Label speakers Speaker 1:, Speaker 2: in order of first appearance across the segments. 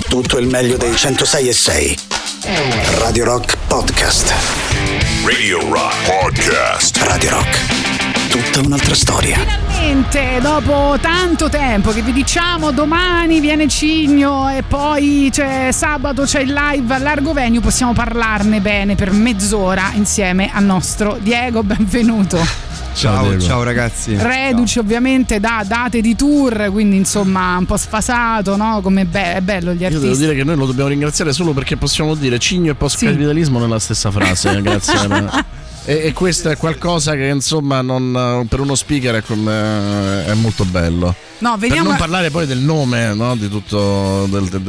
Speaker 1: tutto il meglio dei 106.6. Radio Rock Podcast.
Speaker 2: Radio Rock Podcast.
Speaker 1: Radio Rock, tutta un'altra storia.
Speaker 3: Finalmente, dopo tanto tempo che vi diciamo domani viene Cigno e poi c'è sabato c'è il live a Largo Venue, possiamo parlarne bene per mezz'ora insieme al nostro Diego, benvenuto.
Speaker 4: Ciao ragazzi.
Speaker 3: Reduci ovviamente da date di tour, quindi insomma un po' sfasato, no? Come è bello gli artisti.
Speaker 5: Io devo dire che noi lo dobbiamo ringraziare solo perché possiamo dire Cigno e post-capitalismo nella stessa frase. Grazie. E questo è qualcosa che insomma non, per uno speaker è molto bello.
Speaker 3: No, veniamo
Speaker 5: per non parlare poi del nome, no? Di tutto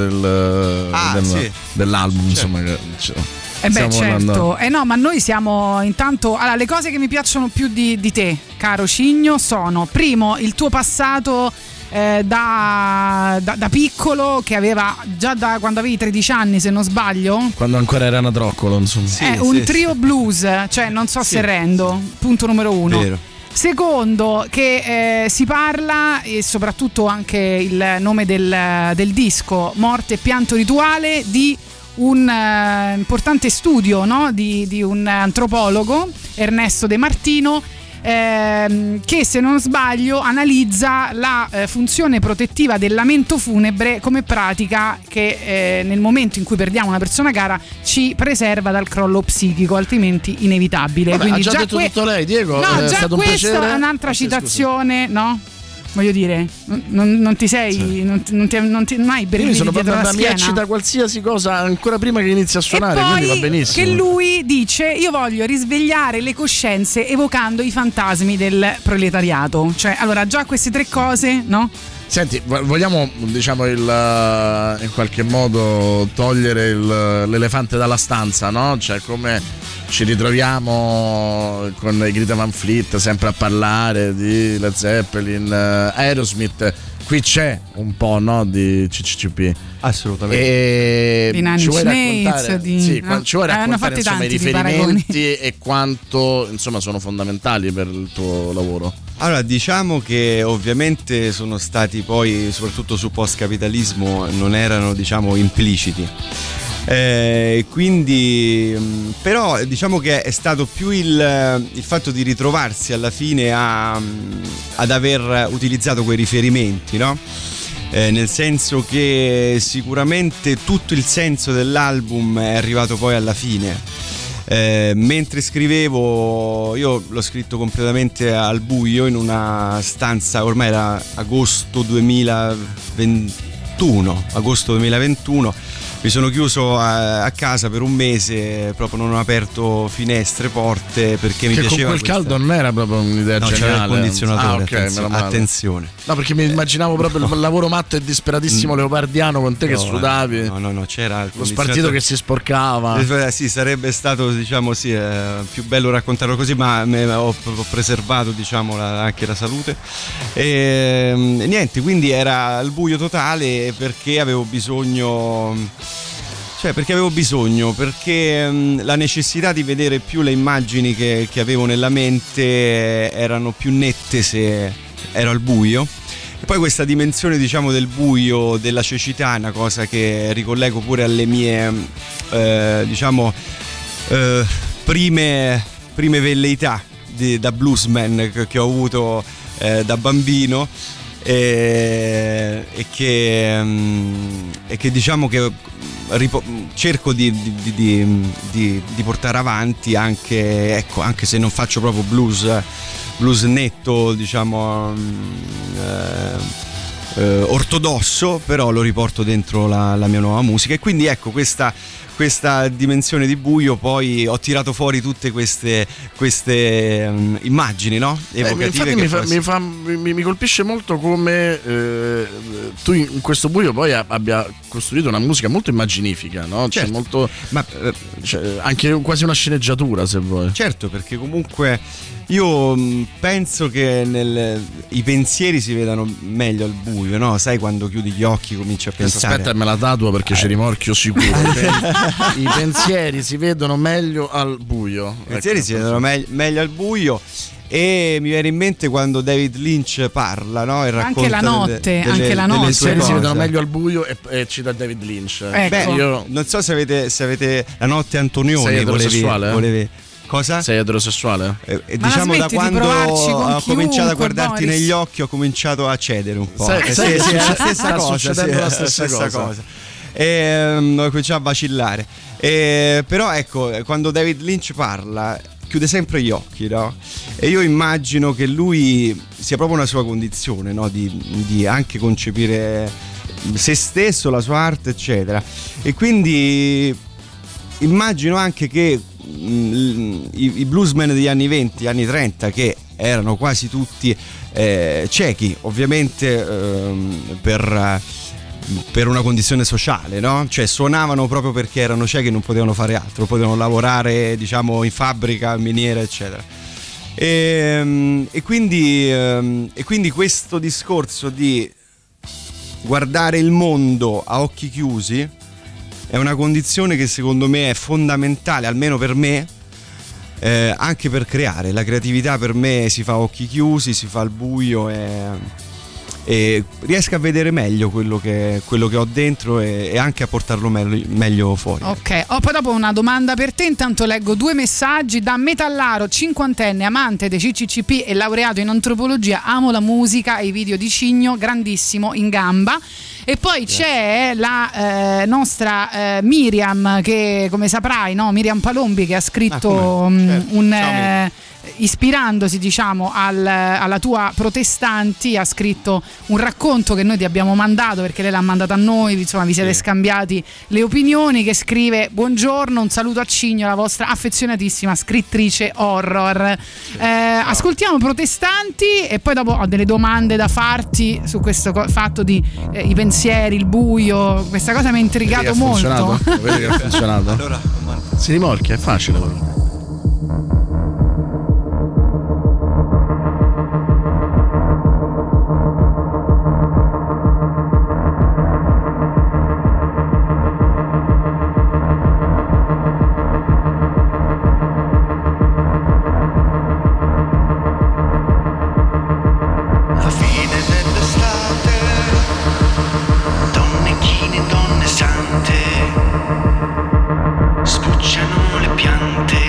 Speaker 5: dell'album, certo. Insomma
Speaker 3: certo. No, ma noi siamo intanto. Allora, le cose che mi piacciono più di te, caro Cigno, sono: primo, il tuo passato da piccolo, che aveva già da quando avevi 13 anni, se non sbaglio.
Speaker 5: Quando ancora era anatroccolo, insomma.
Speaker 3: Un trio blues, cioè non so se rendo. Punto numero 1. Vero. Secondo, che si parla, e soprattutto anche il nome del disco, Morte e pianto rituale, di un importante studio, no? di un antropologo, Ernesto De Martino, che se non sbaglio analizza la funzione protettiva del lamento funebre come pratica che nel momento in cui perdiamo una persona cara ci preserva dal crollo psichico, altrimenti inevitabile.
Speaker 5: Vabbè,
Speaker 3: quindi
Speaker 5: ha già detto tutto lei, Diego.
Speaker 3: No,
Speaker 5: è
Speaker 3: già
Speaker 5: stato
Speaker 3: questa
Speaker 5: un
Speaker 3: è un'altra citazione, no? Voglio dire, non ti sei, sì. non hai brividi dietro la schiena.
Speaker 5: Mi eccita qualsiasi cosa ancora prima che inizi a suonare, quindi va benissimo.
Speaker 3: Che lui dice: io voglio risvegliare le coscienze evocando i fantasmi del proletariato. Cioè, allora, già queste tre cose, no?
Speaker 5: Senti, vogliamo, diciamo, in qualche modo togliere l'elefante dalla stanza, no? Cioè, come ci ritroviamo con i Greta Van Fleet sempre a parlare di Led Zeppelin, Aerosmith. Qui c'è un po', no, di CCCP.
Speaker 4: Assolutamente.
Speaker 5: E
Speaker 3: di Nine Inch Nails,
Speaker 5: ci vuoi raccontare insomma, i riferimenti e quanto insomma sono fondamentali per il tuo lavoro?
Speaker 4: Allora, diciamo che ovviamente sono stati poi, soprattutto su post-capitalismo, non erano, diciamo, impliciti. Quindi però diciamo che è stato più il fatto di ritrovarsi alla fine ad aver utilizzato quei riferimenti, no? Nel senso che sicuramente tutto il senso dell'album è arrivato poi alla fine. Mentre scrivevo, io l'ho scritto completamente al buio in una stanza, ormai era agosto 2021. Mi sono chiuso a casa per un mese, proprio non ho aperto finestre, porte, perché mi piaceva.
Speaker 5: Con quel caldo non era proprio un'idea geniale.
Speaker 4: C'era il condizionatore.
Speaker 5: Okay,
Speaker 4: attenzione.
Speaker 5: No, perché mi immaginavo proprio il lavoro matto e disperatissimo leopardiano con te che sudavi.
Speaker 4: No, c'era il
Speaker 5: lo spartito che si sporcava.
Speaker 4: Sì, sarebbe stato, diciamo, più bello raccontarlo così, ma ho preservato, diciamo, anche la salute. E niente, quindi era al buio totale perché avevo bisogno. Perché la necessità di vedere più le immagini che avevo nella mente erano più nette se ero al buio. E poi questa dimensione, diciamo, del buio, della cecità, è una cosa che ricollego pure alle mie prime velleità da bluesman che ho avuto da bambino. E che diciamo che cerco di portare avanti anche se non faccio proprio blues netto, diciamo, ortodosso, però lo riporto dentro la mia nuova musica. E quindi ecco, questa dimensione di buio, poi ho tirato fuori tutte queste immagini, no? Evocative.
Speaker 5: Mi colpisce molto come tu in questo buio poi abbia costruito una musica molto immaginifica, no?
Speaker 4: Certo.
Speaker 5: Cioè molto, anche quasi una sceneggiatura, se vuoi.
Speaker 4: Certo, perché comunque io penso che i pensieri si vedano meglio al buio, no? Sai, quando chiudi gli occhi cominci a pensare.
Speaker 5: Aspetta, me la tatuo perché ci rimorchio sicuro. I pensieri si vedono meglio al buio.
Speaker 4: I pensieri si vedono meglio al buio. E mi viene in mente quando David Lynch parla, no? E racconta
Speaker 3: anche la notte, anche la notte.
Speaker 5: Si vedono meglio al buio e cita David Lynch.
Speaker 3: Ecco.
Speaker 4: Beh, io non so se avete la notte Antonioni. Volevi cosa?
Speaker 5: Sei eterosessuale?
Speaker 4: Diciamo da quando ho cominciato a guardarti negli occhi ho cominciato a cedere un po'. Sì, la stessa cosa. La stessa cosa. Ho cominciato a vacillare. Però ecco, quando David Lynch parla chiude sempre gli occhi, no? E io immagino che lui sia proprio una sua condizione, no? Di anche concepire se stesso, la sua arte, eccetera. E quindi immagino anche che i bluesmen degli anni 20, anni 30, che erano quasi tutti ciechi, ovviamente per una condizione sociale, no? Cioè suonavano proprio perché erano ciechi e non potevano fare altro, potevano lavorare, diciamo, in fabbrica, miniera, eccetera. E quindi questo discorso di guardare il mondo a occhi chiusi è una condizione che secondo me è fondamentale, almeno per me, anche per creare. La creatività per me si fa a occhi chiusi, si fa al buio e riesco a vedere meglio quello che ho dentro e anche a portarlo meglio fuori.
Speaker 3: Ok, poi dopo una domanda per te. Intanto leggo 2 messaggi da Metallaro, 50enne, amante dei CCCP e laureato in antropologia. Amo la musica e i video di Cigno, grandissimo, in gamba. E poi c'è la nostra Miriam, che come saprai, no? Miriam Palombi, che ha scritto ispirandosi, diciamo, alla tua Protestanti, ha scritto un racconto che noi ti abbiamo mandato, perché lei l'ha mandato a noi, insomma vi siete scambiati le opinioni, che scrive: buongiorno, un saluto a Cigno, la vostra affezionatissima scrittrice horror. Ascoltiamo Protestanti e poi dopo ho delle domande da farti su questo fatto di i pensieri, il buio. Questa cosa mi ha intrigato molto.
Speaker 5: Vedi che ha funzionato?
Speaker 4: Allora,
Speaker 5: si rimorchia, è facile.
Speaker 6: Donne sante sbucciano le piante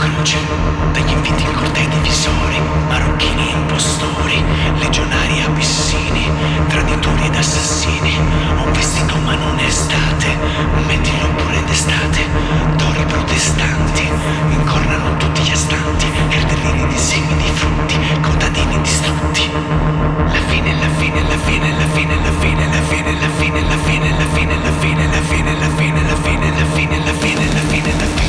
Speaker 6: croce, dagli inviti in cortei divisori, marocchini impostori, legionari abissini, traditori ed assassini. Ho vestito ma non è estate, mettilo pure d'estate. Tori protestanti incornano tutti gli astanti, erdelini di semi di frutti, contadini distrutti. La fine, la fine, la fine, la fine, la fine, la fine, la fine, la fine, la fine, la fine, la fine, la fine, la fine, la fine, la fine, la fine, la fine.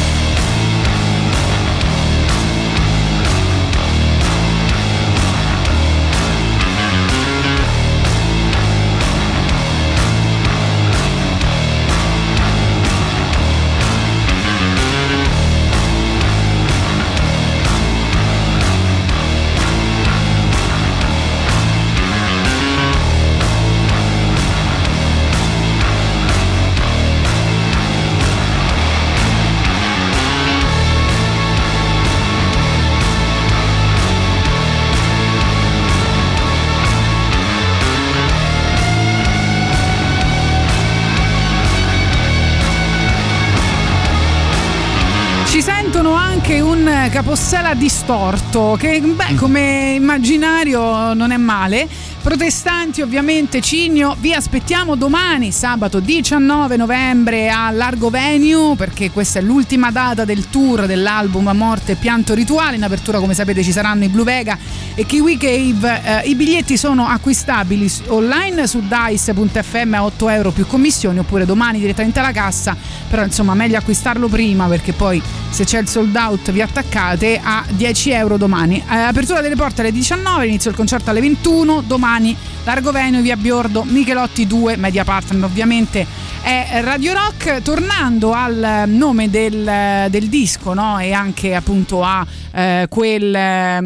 Speaker 3: Un Capossela distorto che come immaginario non è male. Protestanti ovviamente, Cigno, vi aspettiamo domani sabato 19 novembre a Largo Venue, perché questa è l'ultima data del tour dell'album Morte e Pianto Rituale. In apertura, come sapete, ci saranno i Blue Vega e Kiwi Cave. I biglietti sono acquistabili online su dice.fm a €8 più commissioni, oppure domani direttamente alla cassa, però insomma meglio acquistarlo prima, perché poi se c'è il sold out vi attaccate a €10 domani. Apertura delle porte alle 19, inizio il concerto alle 21. Domani Largo Venue, via Biordo, Michelotti 2, media partner ovviamente è Radio Rock. Tornando al nome del disco, no? E anche appunto a quella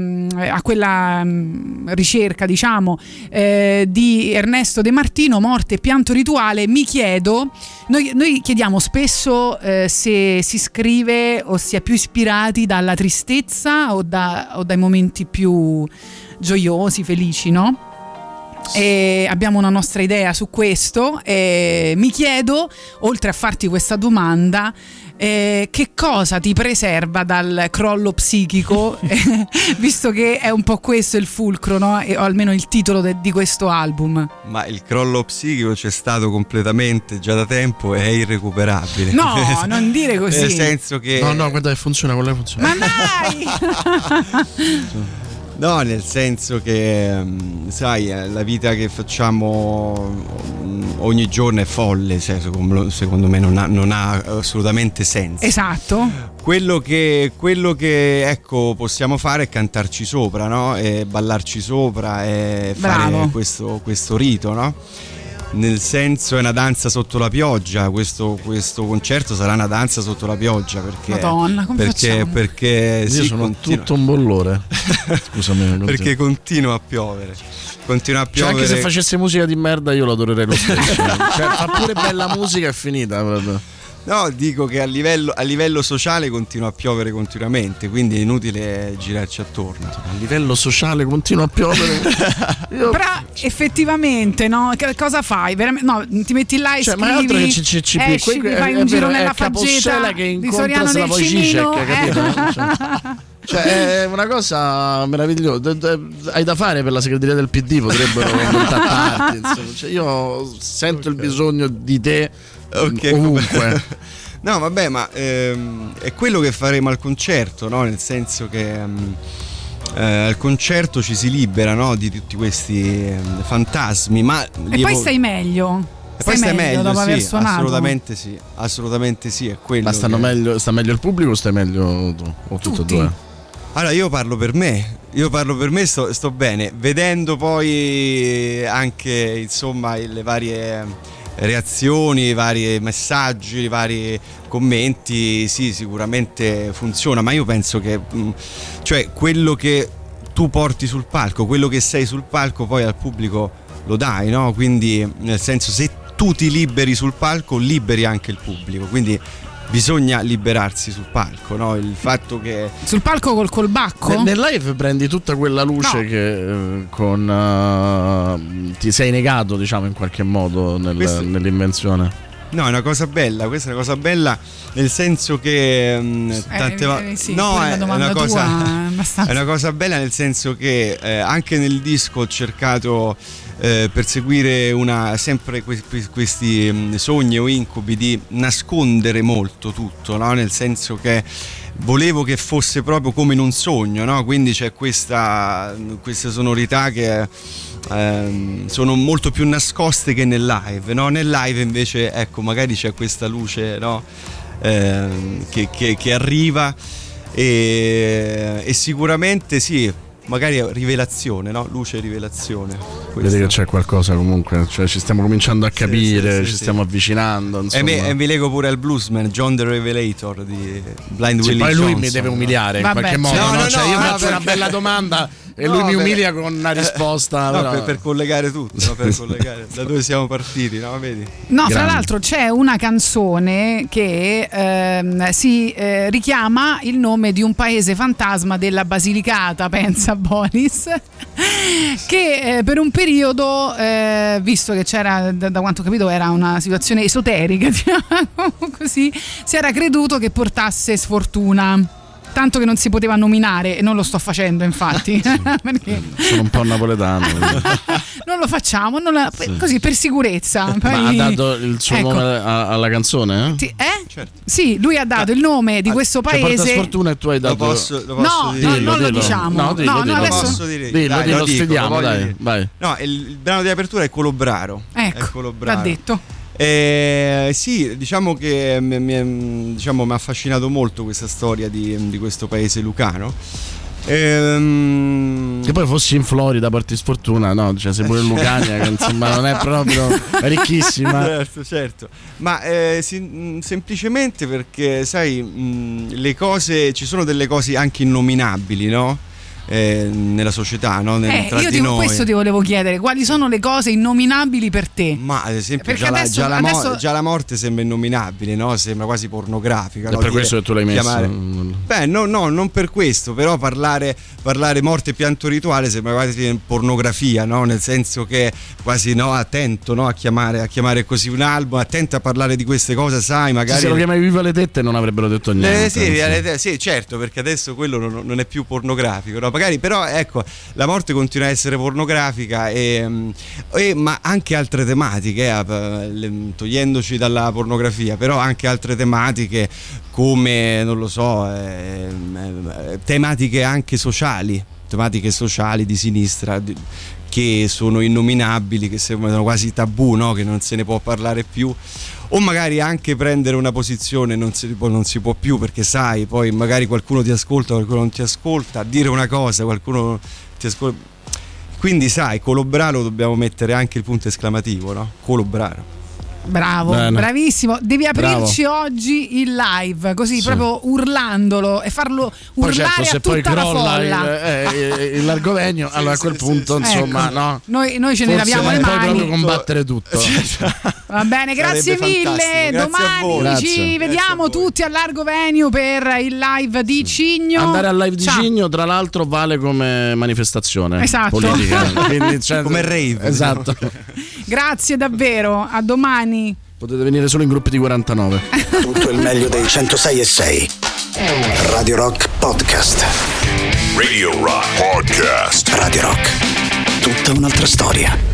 Speaker 3: ricerca, diciamo, di Ernesto De Martino, Morte e Pianto Rituale, mi chiedo, noi chiediamo spesso se si scrive o si è più ispirati dalla tristezza o dai momenti più gioiosi, felici, no? E abbiamo una nostra idea su questo, e mi chiedo, oltre a farti questa domanda, che cosa ti preserva dal crollo psichico, visto che è un po' questo il fulcro, no? O almeno il titolo di questo album.
Speaker 4: Ma il crollo psichico c'è stato completamente già da tempo e è irrecuperabile.
Speaker 3: No, non dire così.
Speaker 4: Nel senso che
Speaker 5: no, guarda che funziona, quello che funziona.
Speaker 3: Ma dai!
Speaker 4: No, nel senso che, sai, la vita che facciamo ogni giorno è folle, secondo me non ha assolutamente senso.
Speaker 3: Esatto.
Speaker 4: Quello che ecco possiamo fare è cantarci sopra, no? E ballarci sopra e fare questo rito, no? Nel senso, è una danza sotto la pioggia. Questo concerto sarà una danza sotto la pioggia, perché
Speaker 3: Madonna, come facciamo?
Speaker 4: Perché
Speaker 5: io sono tutto un bollore. Scusami,
Speaker 4: perché continua a piovere. Cioè,
Speaker 5: anche se facesse musica di merda io lo adorerei lo stesso. Cioè, fa pure bella musica, è finita proprio.
Speaker 4: No, dico che a livello sociale continua a piovere continuamente, quindi è inutile girarci attorno.
Speaker 5: A livello sociale continua a piovere.
Speaker 3: Però effettivamente, no? Cosa fai? No, ti metti là e
Speaker 5: cioè,
Speaker 3: scrivi,
Speaker 5: ma altro che esci,
Speaker 3: fai un giro nella faggeta
Speaker 5: che
Speaker 3: di Soriano del Cimino,
Speaker 5: capito? Cioè, è una cosa meravigliosa. Hai da fare per la segreteria del PD, potrebbero contattarti, insomma. Cioè, io sento il bisogno di te. Okay, ovunque.
Speaker 4: No, vabbè, ma è quello che faremo al concerto, no? Nel senso che al concerto ci si libera, no? Di tutti questi fantasmi, ma
Speaker 3: poi stai meglio.
Speaker 4: Poi stai meglio
Speaker 3: dopo aver
Speaker 4: sì,
Speaker 3: suonato.
Speaker 4: Assolutamente sì, è quello.
Speaker 5: Ma sta meglio il pubblico o stai meglio tu? O tutti e due?
Speaker 4: Allora, io parlo per me, sto bene, vedendo poi anche, insomma, le varie reazioni, i vari messaggi, i vari commenti, sì, sicuramente funziona, ma io penso che cioè quello che tu porti sul palco, quello che sei sul palco, poi al pubblico lo dai, no? Quindi, nel senso, se tu ti liberi sul palco, liberi anche il pubblico, quindi bisogna liberarsi sul palco, no? Il fatto che
Speaker 3: sul palco col bacco
Speaker 5: nel live prendi tutta quella luce, no, che ti sei negato, diciamo, in qualche modo nell'invenzione.
Speaker 4: No, è una cosa bella, questa è una cosa bella nel senso che tante volte
Speaker 3: sì, no, è una
Speaker 4: cosa bella nel senso che anche nel disco ho cercato per seguire sempre questi sogni o incubi di nascondere molto tutto, no? Nel senso che volevo che fosse proprio come in un sogno, no? Quindi c'è queste sonorità che sono molto più nascoste che nel live, no? Nel live invece, ecco, magari c'è questa luce, no? Che arriva e sicuramente sì, magari rivelazione, no? Luce e rivelazione.
Speaker 5: Vedi che c'è qualcosa comunque, cioè ci stiamo cominciando a capire, ci stiamo avvicinando.
Speaker 4: E mi lego pure al bluesman John the Revelator di Blind Willie
Speaker 5: Poi
Speaker 4: Johnson.
Speaker 5: Lui mi deve umiliare in qualche modo. Cioè io faccio una bella domanda e lui mi umilia con una risposta.
Speaker 4: No, per collegare tutto, no? Per collegare da dove siamo partiti, no? Vedi?
Speaker 3: No, fra l'altro c'è una canzone che si richiama il nome di un paese fantasma della Basilicata, pensa Boris, che per un periodo, visto che c'era, da quanto ho capito, era una situazione esoterica, diciamo così, si era creduto che portasse sfortuna. Tanto che non si poteva nominare, e non lo sto facendo infatti, perché
Speaker 5: sono un po' napoletano.
Speaker 3: Non lo facciamo, così per sicurezza. Poi,
Speaker 5: ma ha dato il suo nome alla canzone?
Speaker 3: Certo. Sì, lui ha dato il nome di questo paese.
Speaker 5: Che porta sfortuna e tu hai dato.
Speaker 4: Lo posso
Speaker 3: non lo diciamo.
Speaker 5: Dillo,
Speaker 4: posso dire.
Speaker 5: Dillo, sfidiamo, dai. Vai.
Speaker 4: No, il brano di apertura è Colobraro.
Speaker 3: Ecco, l'ha detto.
Speaker 4: Sì, diciamo che mi ha affascinato molto questa storia di questo paese lucano.
Speaker 5: Che poi fossi in Florida porti sfortuna, no? Cioè sei pure in Lucania, che insomma non è proprio ricchissima.
Speaker 4: Certo. Ma semplicemente perché sai, le cose, ci sono delle cose anche innominabili, no? Nella società, no? Tra di noi.
Speaker 3: Questo ti volevo chiedere, quali sono le cose innominabili per te?
Speaker 4: Ma ad esempio già la morte sembra innominabile, no? Sembra quasi pornografica,
Speaker 5: no? Per questo che tu l'hai messo?
Speaker 4: Beh, no, non per questo, però parlare morte e pianto rituale sembra quasi pornografia, no? Nel senso che quasi, no, attento, no? a chiamare così un album, attento a parlare di queste cose, sai, magari
Speaker 5: se lo chiamavi Viva le tette non avrebbero detto niente.
Speaker 4: Sì, certo, perché adesso quello non è più pornografico, no? Magari, però ecco, la morte continua a essere pornografica ma anche altre tematiche, togliendoci dalla pornografia, però anche altre tematiche come, non lo so, tematiche anche sociali di sinistra, che sono innominabili, che sembrano quasi tabù, no? Che non se ne può parlare più, o magari anche prendere una posizione non si può più, perché sai, poi magari qualcuno ti ascolta, qualcuno non ti ascolta, dire una cosa qualcuno ti ascolta, quindi sai, Colobraro dobbiamo mettere anche il punto esclamativo, no? Colobraro.
Speaker 3: Bravo, bene. Bravissimo. Devi aprirci oggi il live, così proprio urlandolo e farlo urlare a tutta la folla.
Speaker 5: L'argovenio, allora a quel punto, insomma,
Speaker 3: ecco,
Speaker 5: no.
Speaker 3: Noi ce ne laviamo le mani.
Speaker 5: Puoi proprio combattere tutto.
Speaker 3: Va bene, grazie mille. Domani ci vediamo tutti all'Argovenio per il live di Cigno.
Speaker 5: Andare al live di Cigno, tra l'altro, vale come manifestazione politica. Quindi,
Speaker 4: come rave.
Speaker 5: Esatto.
Speaker 3: Grazie davvero, a domani.
Speaker 5: Potete venire solo in gruppi di 49.
Speaker 1: Tutto il meglio dei 106.6 Radio Rock Podcast.
Speaker 2: Radio Rock Podcast.
Speaker 1: Radio Rock, tutta un'altra storia.